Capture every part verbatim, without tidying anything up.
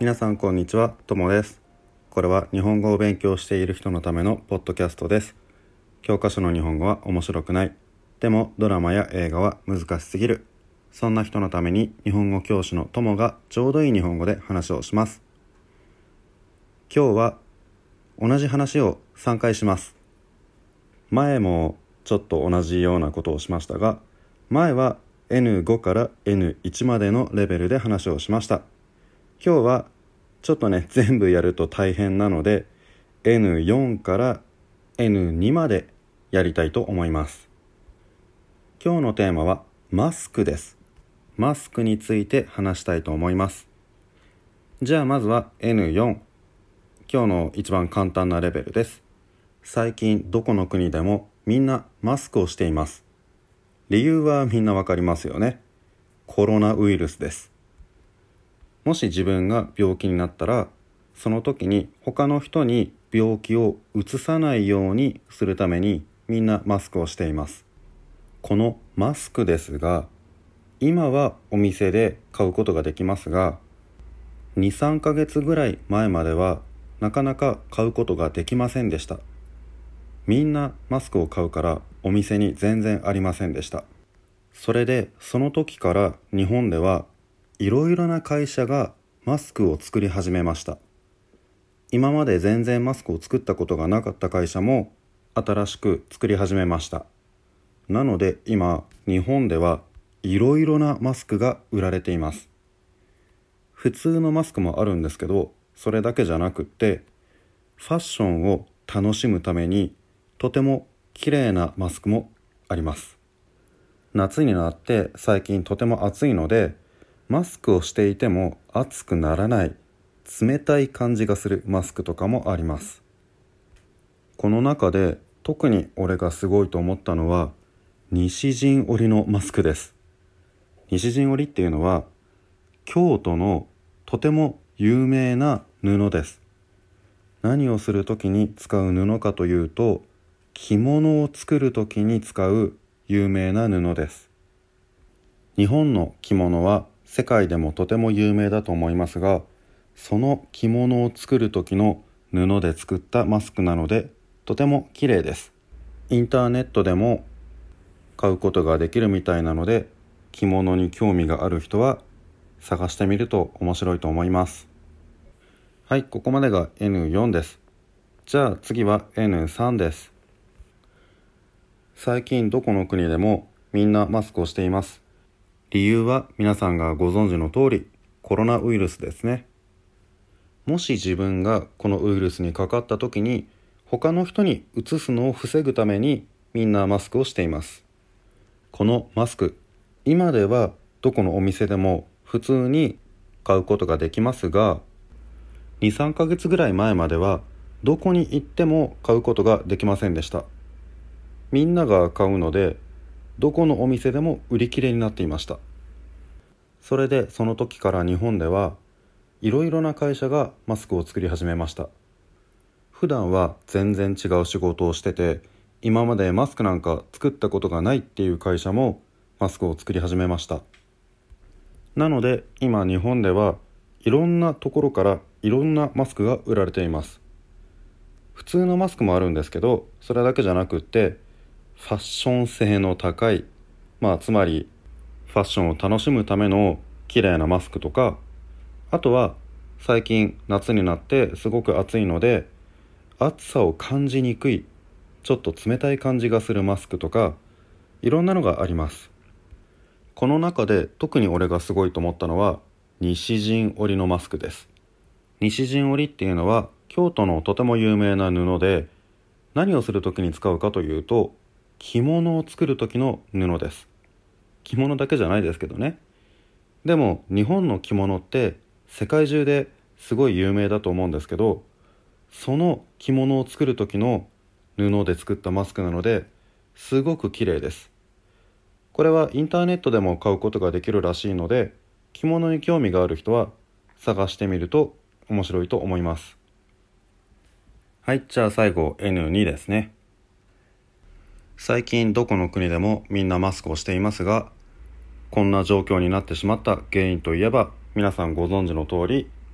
皆さんこんにちは、ともです。これは日本語を勉強している人のためのポッドキャストです。教科書の日本語は面白くない。でもドラマや映画は難しすぎる。そんな人のために日本語教師のともがちょうどいい日本語で話をします。今日は同じ話をさんかいします。前もちょっと同じようなことをしましたが、前は エヌご から エヌいち までのレベルで話をしました。今日はちょっとね全部やると大変なので エヌよん から エヌに までやりたいと思います。今日のテーマはマスクです。マスクについて話したいと思います。じゃあまずは エヌよん。今日の一番簡単なレベルです。最近どこの国でもみんなマスクをしています。理由はみんなわかりますよね。コロナウイルスです。もし自分が病気になったら、その時に他の人に病気をうつさないようにするためにみんなマスクをしています。このマスクですが、今はお店で買うことができますが、に、さんかげつぐらい前まではなかなか買うことができませんでした。みんなマスクを買うからお店に全然ありませんでした。それでその時から日本ではいろいろな会社がマスクを作り始めました。今まで全然マスクを作ったことがなかった会社も新しく作り始めました。なので今日本ではいろいろなマスクが売られています。普通のマスクもあるんですけど、それだけじゃなくってファッションを楽しむためにとても綺麗なマスクもあります。夏になって最近とても暑いので、マスクをしていても暑くならない冷たい感じがするマスクとかもあります。この中で特に俺がすごいと思ったのは西陣織のマスクです。西陣織っていうのは京都のとても有名な布です。何をするときに使う布かというと、着物を作るときに使う有名な布です。日本の着物は世界でもとても有名だと思いますが、その着物を作る時の布で作ったマスクなのでとても綺麗です。インターネットでも買うことができるみたいなので、着物に興味がある人は探してみると面白いと思います。はい、ここまでが エヌよん です。じゃあ次は エヌさん です。最近どこの国でもみんなマスクをしています。理由は皆さんがご存知の通り、コロナウイルスですね。もし自分がこのウイルスにかかった時に他の人にうつすのを防ぐためにみんなマスクをしています。このマスク、今ではどこのお店でも普通に買うことができますが、に、さんかげつぐらい前まではどこに行っても買うことができませんでした。みんなが買うのでどこのお店でも売り切れになっていました。それでその時から日本ではいろいろな会社がマスクを作り始めました。普段は全然違う仕事をしてて、今までマスクなんか作ったことがないっていう会社もマスクを作り始めました。なので今日本ではいろんなところからいろんなマスクが売られています。普通のマスクもあるんですけど、それだけじゃなくってファッション性の高い、まあつまりファッションを楽しむための綺麗なマスクとか、あとは最近夏になってすごく暑いので暑さを感じにくい、ちょっと冷たい感じがするマスクとか、いろんなのがあります。この中で特に俺がすごいと思ったのは西陣織のマスクです。西陣織っていうのは京都のとても有名な布で、何をするときに使うかというと着物を作る時の布です。着物だけじゃないですけどね。でも日本の着物って世界中ですごい有名だと思うんですけど、その着物を作る時の布で作ったマスクなのですごく綺麗です。これはインターネットでも買うことができるらしいので、着物に興味がある人は探してみると面白いと思います。はい、じゃあ最後 エヌに ですね。最近どこの国でもみんなマスクをしていますが、こんな状況になってしまった原因といえば皆さんご存知の通り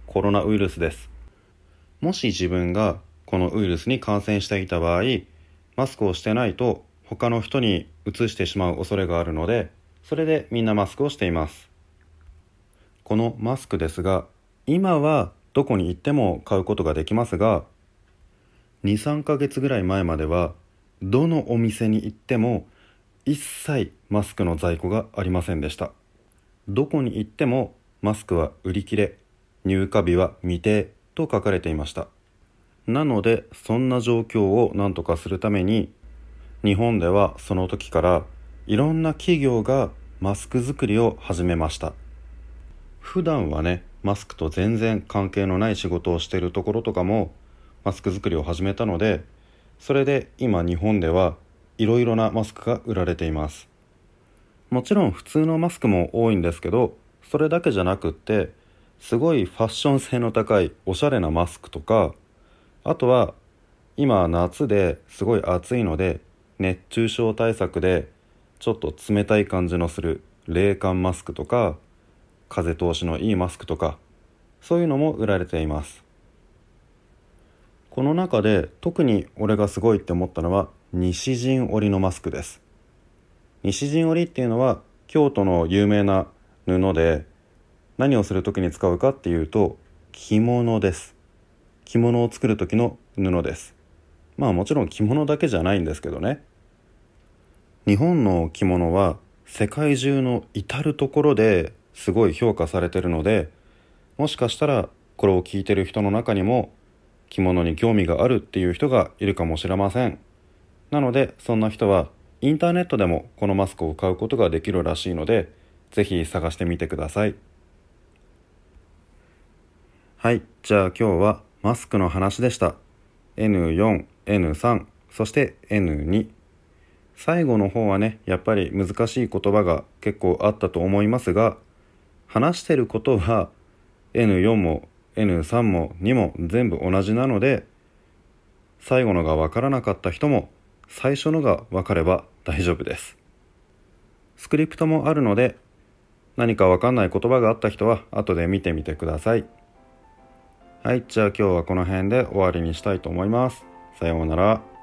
コロナウイルスです。もし自分がこのウイルスに感染していた場合、マスクをしてないと他の人に移してしまう恐れがあるので、それでみんなマスクをしています。このマスクですが、今はどこに行っても買うことができますが、に、さんかげつぐらい前まではどのお店に行っても一切マスクの在庫がありませんでした。どこに行ってもマスクは売り切れ、入荷日は未定と書かれていました。なのでそんな状況を何とかするために、日本ではその時からいろんな企業がマスク作りを始めました。普段はね、マスクと全然関係のない仕事をしているところとかもマスク作りを始めたので、それで今日本ではいろいろなマスクが売られています。もちろん普通のマスクも多いんですけど、それだけじゃなくってすごいファッション性の高いおしゃれなマスクとか、あとは今夏ですごい暑いので熱中症対策でちょっと冷たい感じのする冷感マスクとか、風通しのいいマスクとか、そういうのも売られています。この中で特に俺がすごいって思ったのは西陣織のマスクです。西陣織っていうのは京都の有名な布で、何をするときに使うかっていうと着物です。着物を作る時の布です。まあもちろん着物だけじゃないんですけどね。日本の着物は世界中の至るところですごい評価されているので、もしかしたらこれを聞いてる人の中にも着物に興味があるっていう人がいるかもしれません。なのでそんな人はインターネットでもこのマスクを買うことができるらしいので、ぜひ探してみてください。はい、じゃあ今日はマスクの話でした。 エヌよん、エヌさん、そして エヌに。 最後の方はね、やっぱり難しい言葉が結構あったと思いますが、話してることは エヌよん も エヌさん もにも全部同じなので、最後のが分からなかった人も最初のが分かれば大丈夫です。スクリプトもあるので、何か分かんない言葉があった人は後で見てみてください。はい、じゃあ今日はこの辺で終わりにしたいと思います。さようなら。